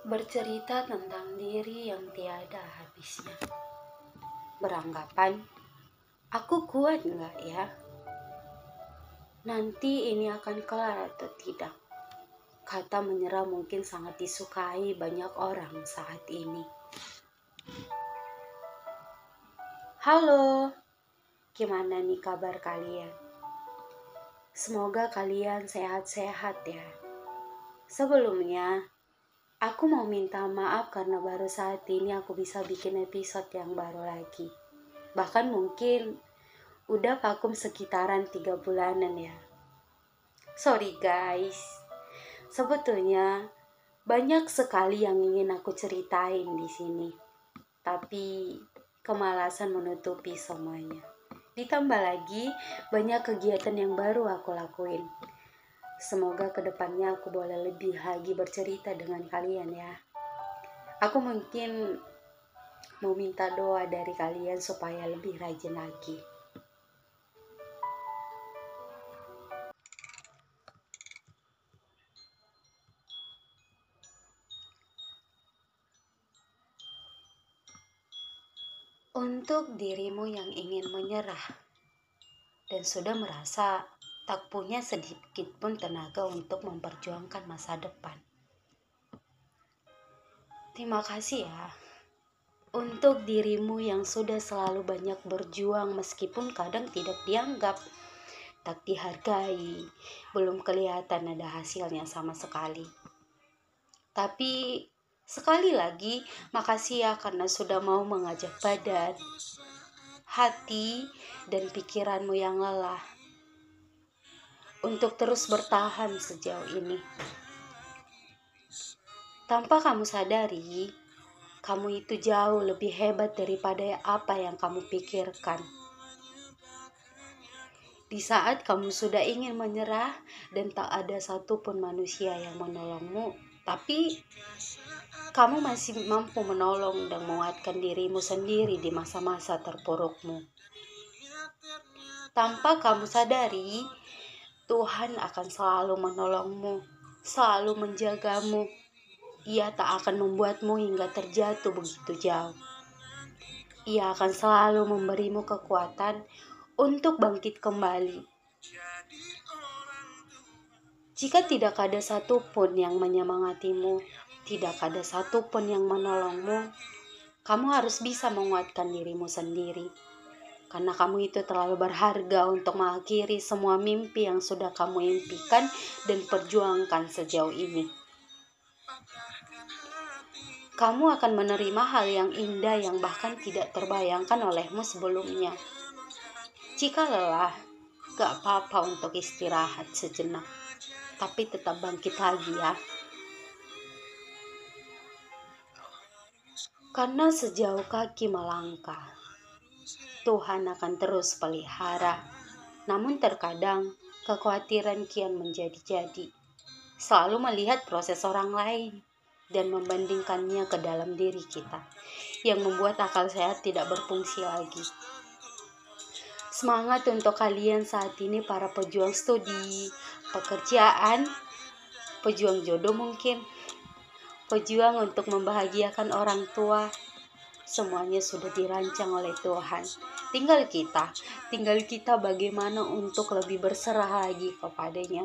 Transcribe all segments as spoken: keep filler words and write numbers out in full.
Bercerita tentang diri yang tiada habisnya. Beranggapan, aku kuat nggak ya? Nanti ini akan kelar atau tidak? Kata menyerah mungkin sangat disukai banyak orang saat ini. Halo, gimana nih kabar kalian? Semoga kalian sehat-sehat ya. Sebelumnya, aku mau minta maaf karena baru saat ini aku bisa bikin episode yang baru lagi. Bahkan mungkin udah vakum sekitaran tiga bulanan ya. Sorry guys. Sebetulnya banyak sekali yang ingin aku ceritain di sini. Tapi kemalasan menutupi semuanya. Ditambah lagi banyak kegiatan yang baru aku lakuin. Semoga kedepannya aku boleh lebih lagi bercerita dengan kalian ya. Aku mungkin mau minta doa dari kalian supaya lebih rajin lagi. Untuk dirimu yang ingin menyerah dan sudah merasa tak punya sedikit pun tenaga untuk memperjuangkan masa depan. Terima kasih ya. Untuk dirimu yang sudah selalu banyak berjuang meskipun kadang tidak dianggap, tak dihargai, belum kelihatan ada hasilnya sama sekali. Tapi sekali lagi, makasih ya karena sudah mau mengajak badan, hati, dan pikiranmu yang lelah untuk terus bertahan sejauh ini. Tanpa kamu sadari, kamu itu jauh lebih hebat daripada apa yang kamu pikirkan. Di saat kamu sudah ingin menyerah dan tak ada satupun manusia yang menolongmu, tapi kamu masih mampu menolong dan menguatkan dirimu sendiri di masa-masa terpurukmu. Tanpa kamu sadari, Tuhan akan selalu menolongmu, selalu menjagamu. Ia tak akan membuatmu hingga terjatuh begitu jauh. Ia akan selalu memberimu kekuatan untuk bangkit kembali. Jika tidak ada satupun yang menyemangatimu, tidak ada satupun yang menolongmu, kamu harus bisa menguatkan dirimu sendiri. Karena kamu itu terlalu berharga untuk mengakhiri semua mimpi yang sudah kamu impikan dan perjuangkan sejauh ini. Kamu akan menerima hal yang indah yang bahkan tidak terbayangkan olehmu sebelumnya. Jika lelah, gak apa-apa untuk istirahat sejenak, tapi tetap bangkit lagi ya. Karena sejauh kaki melangkah, Tuhan akan terus pelihara. Namun terkadang kekhawatiran kian menjadi-jadi, selalu melihat proses orang lain dan membandingkannya ke dalam diri kita, yang membuat akal sehat tidak berfungsi lagi. Semangat untuk kalian saat ini, para pejuang studi, pekerjaan, pejuang jodoh mungkin, pejuang untuk membahagiakan orang tua. Semuanya sudah dirancang oleh Tuhan. Tinggal kita, tinggal kita bagaimana untuk lebih berserah lagi kepadanya.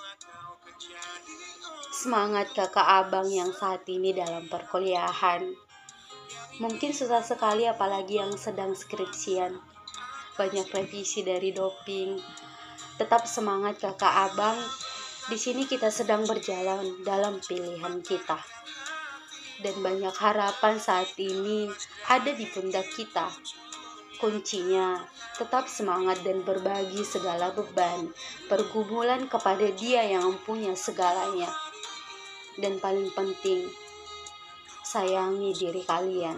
Semangat kakak abang yang saat ini dalam perkuliahan. Mungkin susah sekali apalagi yang sedang skripsian. Banyak revisi dari doping. Tetap semangat kakak abang. Di sini kita sedang berjalan dalam pilihan kita. Dan banyak harapan saat ini ada di pundak kita. Kuncinya tetap semangat dan berbagi segala beban, pergumulan kepada Dia yang mempunyai segalanya. Dan paling penting, sayangi diri kalian.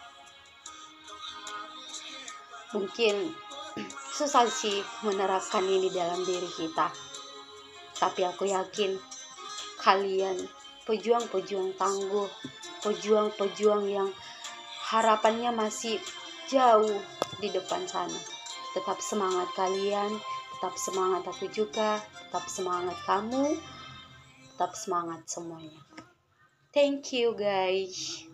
Mungkin susah sih menerapkan ini dalam diri kita, tapi aku yakin kalian pejuang-pejuang tangguh, pejuang-pejuang yang harapannya masih jauh di depan sana. Tetap semangat kalian, tetap semangat aku juga, tetap semangat kamu, tetap semangat semuanya. Thank you guys.